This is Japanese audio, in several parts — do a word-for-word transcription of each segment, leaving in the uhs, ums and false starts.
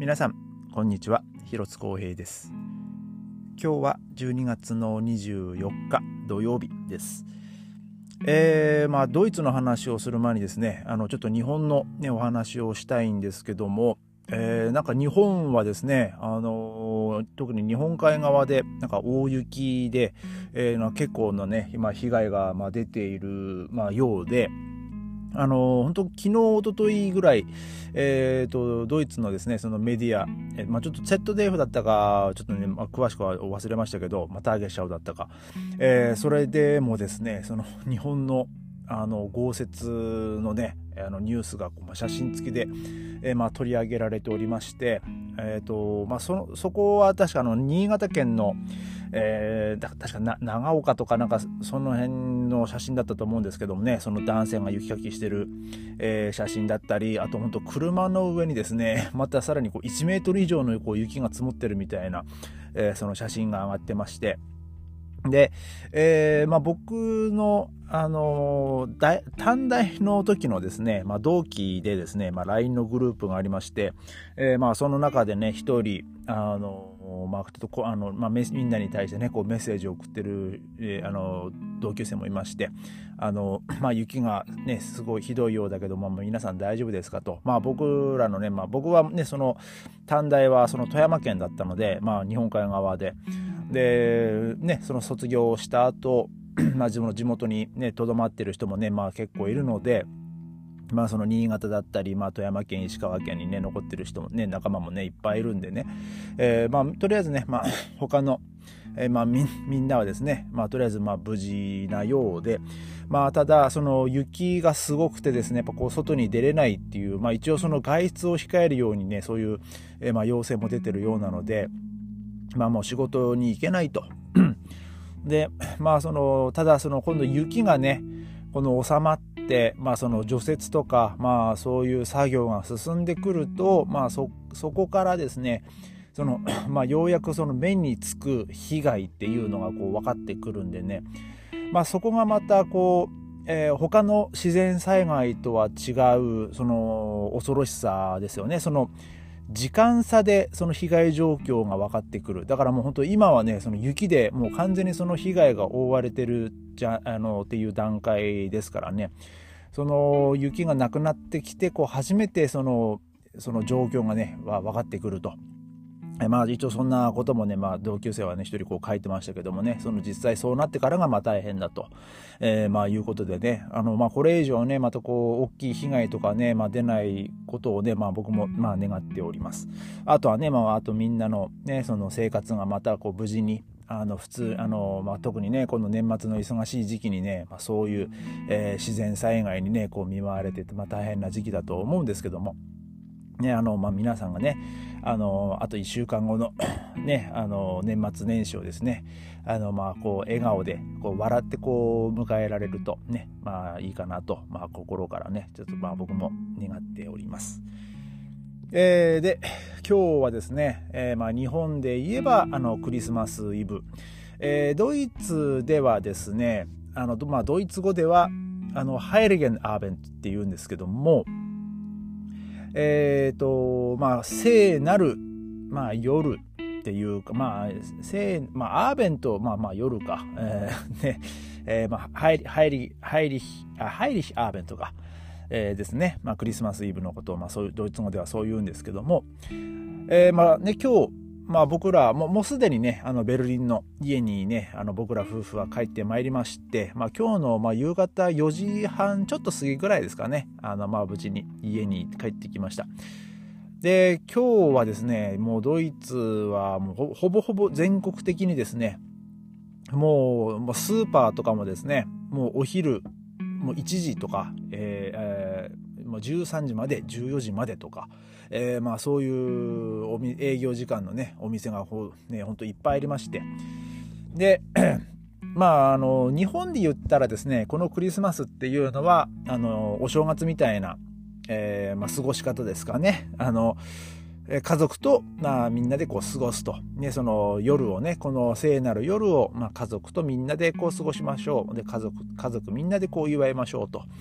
皆さんこんにちは、広津光平です。今日はじゅうにがつのにじゅうよっか土曜日です。えーまあ、ドイツの話をする前にですね、あのちょっと日本の、ね、お話をしたいんですけども、えー、なんか日本はですね、あのー、特に日本海側でなんか大雪で、えー、結構なね今被害がまあ出ている、まあ、ようで、あの本当昨日一昨日ぐらい、えー、とドイツのですねそのメディア、えーまあ、ちょっと ゼットディーエフ だったかちょっとね、まあ、詳しくは忘れましたけど、まあ、ターゲシャウだったか、えー、それでもですねその日本のあの豪雪のねあのニュースがこう、まあ、写真付きで、えーまあ、取り上げられておりまして、えーとまあ、そのそこは確かあの新潟県のえー、だ確かな長岡とかなんかその辺の写真だったと思うんですけどもね、その男性が雪かきしてる、えー、写真だったり、あと本当車の上にですねまたさらにこういちメートル以上のこう雪が積もってるみたいな、えー、その写真が上がってまして、で、えーまあ、僕の、あのー、大短大の時のですね、まあ、同期でですね、まあ、ライン のグループがありまして、えーまあ、その中でね一人あのーまあ、ちょっとこあの、まあ、みんなに対してねこうメッセージを送ってる、えー、あの同級生もいまして、あの、まあ、雪がねすごいひどいようだけど、まあ、皆さん大丈夫ですかと、まあ、僕らのね、まあ、僕はねその短大はその富山県だったので、まあ、日本海側ででねその卒業した後まあ自分の地元にねとどまってる人もねまあ結構いるので、まあその新潟だったり、まあ、富山県石川県にね残ってる人もね仲間もねいっぱいいるんでね、えー、まあとりあえずねまあ他の、えー、まあ み, みんなはですねまあとりあえずまあ無事なようで、まあただその雪がすごくてですねやっぱこう外に出れないっていう、まあ一応その外出を控えるようにねそういう、えー、まあ要請も出てるようなので、まあもう仕事に行けないとでまあそのただその今度雪がねこの収まってまあその除雪とかまあそういう作業が進んでくると、まあそそこからですねそのまあようやくその目につく被害っていうのがこう分かってくるんでね、まあそこがまたこう、えー、他の自然災害とは違うその恐ろしさですよね。その時間差でその被害状況が分かってくる。だからもう本当今はねその雪でもう完全にその被害が覆われてるじゃあのっていう段階ですからね、その雪がなくなってきてこう初めてそのその状況がねは分かってくると。まあ一応そんなこともね、まあ、同級生はね一人こう書いてましたけどもね、その実際そうなってからがまあ大変だと、えー、まあいうことでね、あのまあこれ以上ねまたこう大きい被害とかね、まあ、出ないことをね、まあ、僕もまあ願っております。あとはね、まあ、あとみんなのねその生活がまたこう無事にあの普通あの、まあ、特にねこの年末の忙しい時期にね、まあ、そういう、えー、自然災害にねこう見舞われてて、まあ、大変な時期だと思うんですけども。ね、あのまあ、皆さんがねあのあといっしゅうかんごの、ね、あの年末年始をですねあの、まあ、こう笑顔でこう笑ってこう迎えられるとね、まあいいかなと、まあ、心からねちょっとまあ僕も願っております。えー、で今日はですね、えーまあ、日本で言えばあのクリスマスイブ、えー、ドイツではですねあの、まあ、ドイツ語ではあのハイリゲンアーベントっていうんですけども、えーとまあ、聖なる、まあ、夜っていうか、まあ聖まあ、アーベント、まあ、まあ夜か、えーねえーまあ、ハイリハイリハイリあハイリヒアーベントか、えー、ですね、まあ、クリスマスイブのことを、まあ、そういうドイツ語ではそう言うんですけども、えーまあね、今日まあ僕らもう、もうすでにねあのベルリンの家にねあの僕ら夫婦は帰ってまいりまして、まあ、今日のまあ夕方よじはんちょっと過ぎぐらいですかね、あのまあ無事に家に帰ってきました。で今日はですねもうドイツはもう ほ, ほぼほぼ全国的にですねもう、もうスーパーとかもですねもうお昼もういちじとか、えーえーもうじゅうさんじまでじゅうよじまでとか、えー、まあそういうおみ営業時間のねお店がほ、ね、ほんといっぱいありまして、でまああの日本で言ったらですねこのクリスマスっていうのはあのお正月みたいな、えーまあ、過ごし方ですかね。あの家族と、まあ、みんなでこう過ごすと、ね、その夜をねこの聖なる夜を、まあ、家族とみんなでこう過ごしましょう。で家族家族みんなでこう祝いましょうと。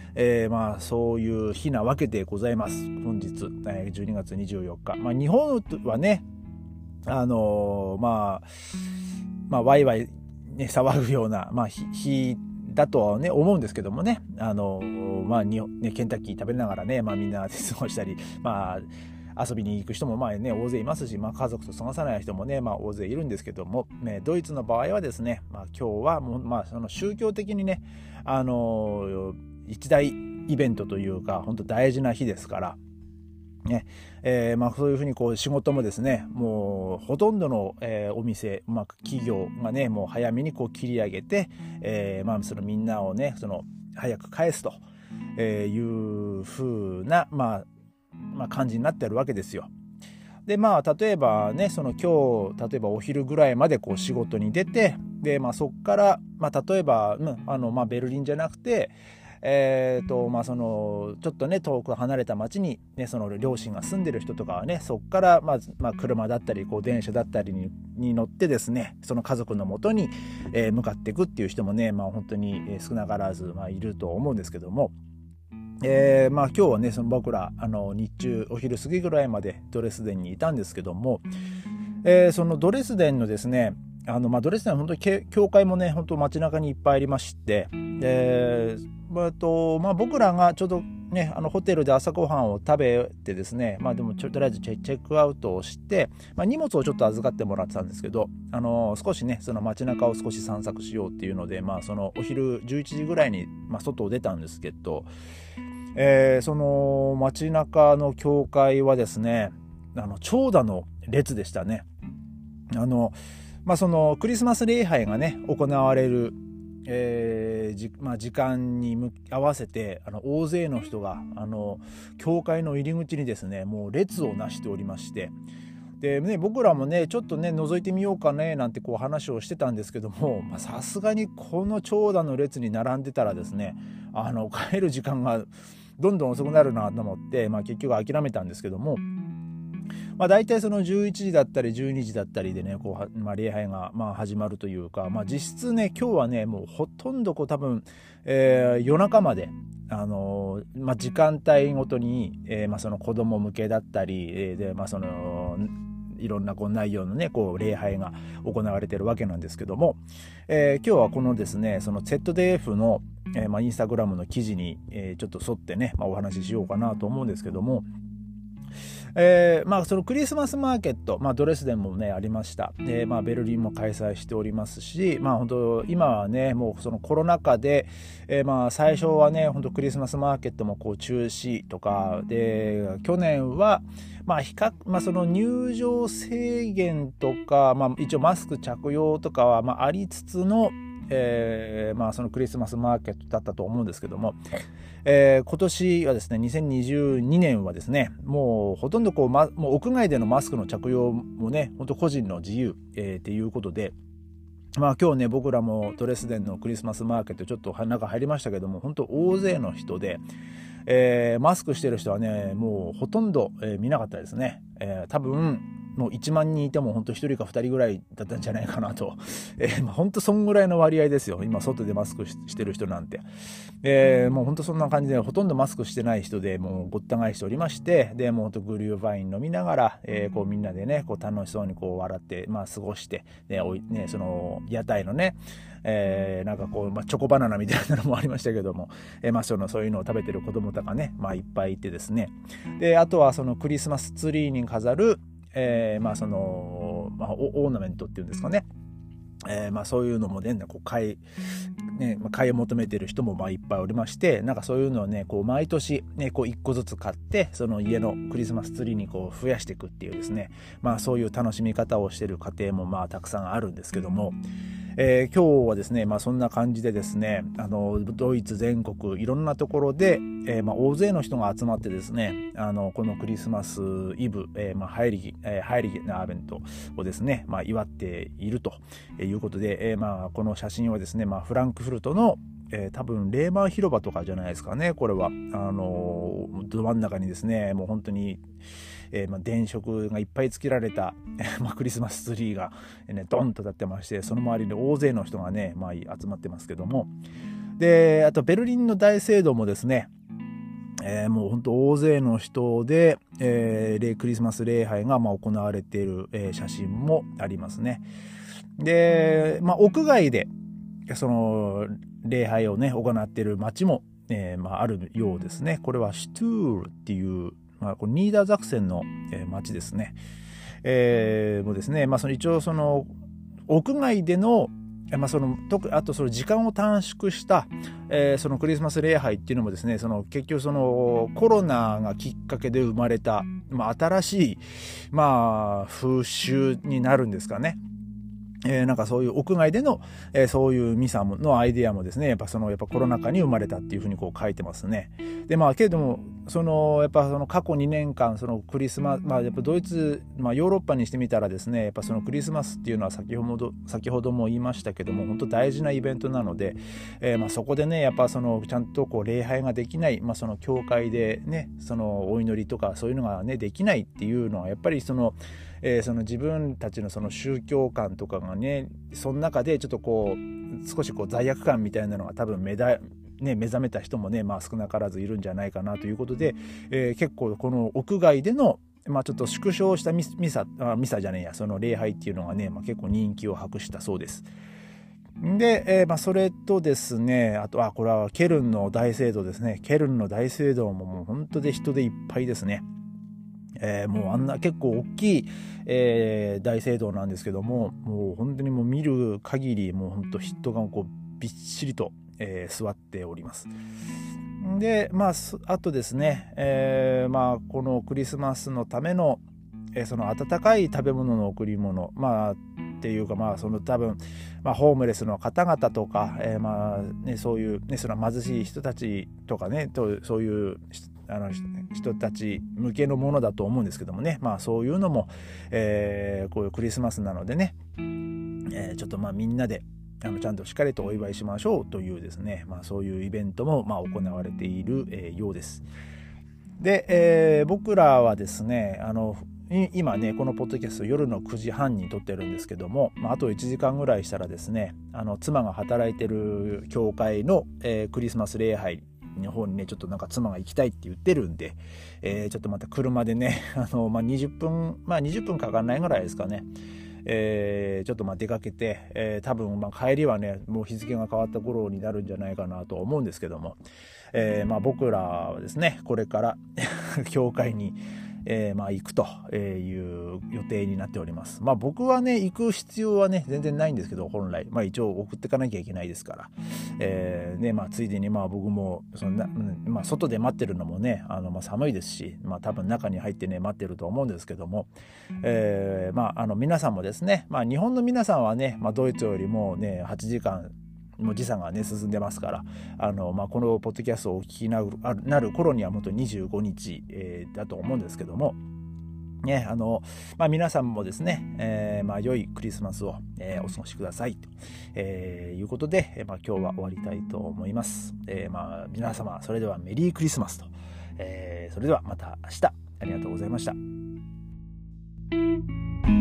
えー、まあそういう日なわけでございます。本日、えー、じゅうにがつにじゅうよっか、まあ、日本はねあのー、まあまあワイワイ、ね、騒ぐような、まあ、日, 日だとはね思うんですけどもね、あのー、まあにねケンタッキー食べながらね、まあ、みんなで過ごしたり、まあ遊びに行く人もまあ、ね、大勢いますし、まあ、家族と過ごさない人もね、まあ、大勢いるんですけども、ね、ドイツの場合はですね、まあ、今日はもう、まあ、その宗教的にね、あのー、一大イベントというか本当大事な日ですから、ねえーまあ、そういうふうにこう仕事もですねもうほとんどの、えー、お店、まあ、企業がねもう早めにこう切り上げて、えーまあ、そのみんなをねその早く返すというふうな、まあまあ、感じになってるわけですよ。でまあ例えばねその今日例えばお昼ぐらいまでこう仕事に出てで、まあ、そこから、まあ、例えば、うんあのまあ、ベルリンじゃなくてえーとまあ、そのちょっとね遠く離れた町に、ね、その両親が住んでる人とかはねそこからまず、まあ、車だったりこう電車だったり に, に乗ってですねその家族のもとに、えー、向かっていくっていう人もね、まあ、本当に少なからず、まあ、いると思うんですけども、えーまあ、今日はねその僕らあの日中お昼過ぎぐらいまでドレスデンにいたんですけども、えー、そのドレスデンのですねあのまあ、ドレスデンは本当に教会もね本当街中にいっぱいありまして、でまあとまあ、僕らがちょうどねあのホテルで朝ごはんを食べてですね、まあ、でもちょとりあえずチェックアウトをして、まあ、荷物をちょっと預かってもらってたんですけど、あの少しねその街中を少し散策しようっていうので、まあ、そのお昼じゅういちじぐらいに、まあ、外を出たんですけど、えー、その街中の教会はですねあの長蛇の列でしたね。あのまあ、そのクリスマス礼拝がね行われる、えーじまあ、時間に合わせてあの大勢の人があの教会の入り口にですねもう列をなしておりまして、で、ね、僕らもねちょっとね覗いてみようかねなんてこう話をしてたんですけども、さすがにこの長蛇の列に並んでたらですねあの帰る時間がどんどん遅くなるなと思って、まあ、結局諦めたんですけども、まあ、大体そのじゅういちじだったりじゅうにじだったりでねこう、まあ、礼拝がまあ始まるというか、まあ、実質ね今日はねもうほとんどこう多分、えー、夜中まで、あのーまあ、時間帯ごとに、えーまあ、その子供向けだったり、えー、でまあそのいろんなこう内容のねこう礼拝が行われているわけなんですけども、えー、今日はこのですねその ゼットディーエフ の、えーまあ、インスタグラムの記事に、えー、ちょっと沿ってね、まあ、お話ししようかなと思うんですけども、えーまあ、そのクリスマスマーケット、まあ、ドレスデンもねありました。で、まあ、ベルリンも開催しておりますし、まあ、本当今はねもうそのコロナ禍で、えー、まあ最初はね本当クリスマスマーケットもこう中止とかで、去年はまあ比較、まあ、その入場制限とか、まあ、一応マスク着用とかはまあありつつの、えーまあ、そのクリスマスマーケットだったと思うんですけども、えー、今年はですねにせんにじゅうにねんはですねもうほとんどこう、ま、もう屋外でのマスクの着用もね本当個人の自由、えー、っていうことで、まあ今日ね僕らもドレスデンのクリスマスマーケットちょっと中入りましたけども本当大勢の人で、えー、マスクしてる人はねもうほとんど、えー、見なかったですね。えー、多分もういちまんにんいても本当ひとりかふたりぐらいだったんじゃないかなと、えーまあ、本当そんぐらいの割合ですよ今外でマスク し, してる人なんて、えー、もう本当そんな感じでほとんどマスクしてない人でもうごった返しておりまして、でもうグリューバイン飲みながら、えー、こうみんなでねこう楽しそうにこう笑って、まあ、過ごして、ねおいね、その屋台のねえー、なんかこう、まあ、チョコバナナみたいなのもありましたけども、えーまあ、そのそういうのを食べてる子供とかね、まあ、いっぱいいてですね、であとはそのクリスマスツリーに飾る、えーまあそのまあ、オーナメントっていうんですかね、えーまあ、そういうのもねこう買いね、買い求めてる人もまあいっぱいおりまして、なんかそういうのをねこう毎年ねこういっこずつ買ってその家のクリスマスツリーにこう増やしていくっていうですね、まあそういう楽しみ方をしている家庭もまあたくさんあるんですけども、えー、今日はですね、まあ、そんな感じでですねあのドイツ全国いろんなところで、えーまあ、大勢の人が集まってですねあのこのクリスマスイブ、えーまあ、ハイリギ、えー、ハイリギなアーベントをですね、まあ、祝っているということで、えーまあ、この写真はですね、まあ、フランクフルトのえー、多分レーマン広場とかじゃないですかね。これはあのー、ど真ん中にですねもう本当に、えーまあ、電飾がいっぱいつけられた、まあ、クリスマスツリーが、ね、ドンと立ってまして、その周りで大勢の人がね、まあ、集まってますけども、 であとベルリンの大聖堂もですね、えー、もう本当大勢の人で、えー、クリスマス礼拝がまあ行われている、えー、写真もありますね。で、まあ、屋外でその礼拝をね行っている町も、えーまあ、あるようですね。これはシュトゥールっていう、まあ、これニーダーザクセンの、えー、町ですね。えー、もうですね、まあ、その一応その屋外でのまあ、その特あとその時間を短縮した、えー、そのクリスマス礼拝っていうのもですね、その結局そのコロナがきっかけで生まれた、まあ、新しい、まあ、風習になるんですかね。えー、なんかそういう屋外での、えー、そういうミサのアイデアもですね、やっぱそのやっぱコロナ禍に生まれたっていうふうにこう書いてますね。でまあけれどもそのやっぱその過去にねんかんそのクリスマス、まあやっぱドイツ、まあヨーロッパにしてみたらですね、やっぱそのクリスマスっていうのは先ほど先ほども言いましたけども、本当大事なイベントなので、えー、まあそこでねやっぱそのちゃんとこう礼拝ができない、まあその教会でねそのお祈りとかそういうのがねできないっていうのはやっぱりそのえー、その自分たちのその宗教観とかがねその中でちょっとこう少しこう罪悪感みたいなのが多分目だね、目覚めた人もね、まあ、少なからずいるんじゃないかなということで、えー、結構この屋外での、まあ、ちょっと縮小したミサ、あミサじゃねえやその礼拝っていうのがね、まあ、結構人気を博したそうです。で、えーまあ、それとですね、あとはこれはケルンの大聖堂ですね。ケルンの大聖堂ももう本当で人でいっぱいですね。えー、もうあんな結構大きい、えー、大聖堂なんですけども、もう本当にもう見る限りもう本当人がこうびっしりと、えー、座っております。でまああとですね、えー、まあこのクリスマスのための、えー、その温かい食べ物の贈り物、まあっていうかまあその多分、まあ、ホームレスの方々とか、えー、まあねそういうねその貧しい人たちとかねとそういうあの人たち向けのものだと思うんですけどもね、まあそういうのも、えー、こういうクリスマスなのでね、えー、ちょっとまあみんなであのちゃんとしっかりとお祝いしましょうというですね、まあそういうイベントもまあ行われている、えー、ようです。で、えー、僕らはですね、あの今ねこのポッドキャスト夜のくじはんに撮ってるんですけども、まあ、あといちじかんぐらいしたらですね、あの妻が働いてる教会の、えー、クリスマス礼拝の方にねちょっとなんか妻が行きたいって言ってるんで、えー、ちょっとまた車でねあの、まあ、にじゅっぷんまあにじゅっぷんかかんないぐらいですかね、えー、ちょっとまあ出かけて、えー、多分まあ帰りはねもう日付が変わった頃になるんじゃないかなと思うんですけども、えー、まあ僕らはですねこれから教会にえー、まあ行くという予定になっております。まあ僕はね行く必要はね全然ないんですけど、本来まあ一応送っていかなきゃいけないですから、えー、ねまあついでにまあ僕もそんな、まあ、外で待ってるのもねあのまあ寒いですし、まあ多分中に入ってね待ってると思うんですけども、えー、まああの皆さんもですね、まあ日本の皆さんはね、まあ、ドイツよりもねはちじかんもう時差がね進んでますから、あの、まあ、このポッドキャストをお聞きになる、なる頃にはもっとにじゅうごにち、えー、だと思うんですけどもね、あのまあ、皆さんもですね、えーまあ、良いクリスマスを、えー、お過ごしくださいと、えー、いうことで、えーまあ、今日は終わりたいと思います。えーまあ、皆様それではメリークリスマスと、えー、それではまた明日ありがとうございました。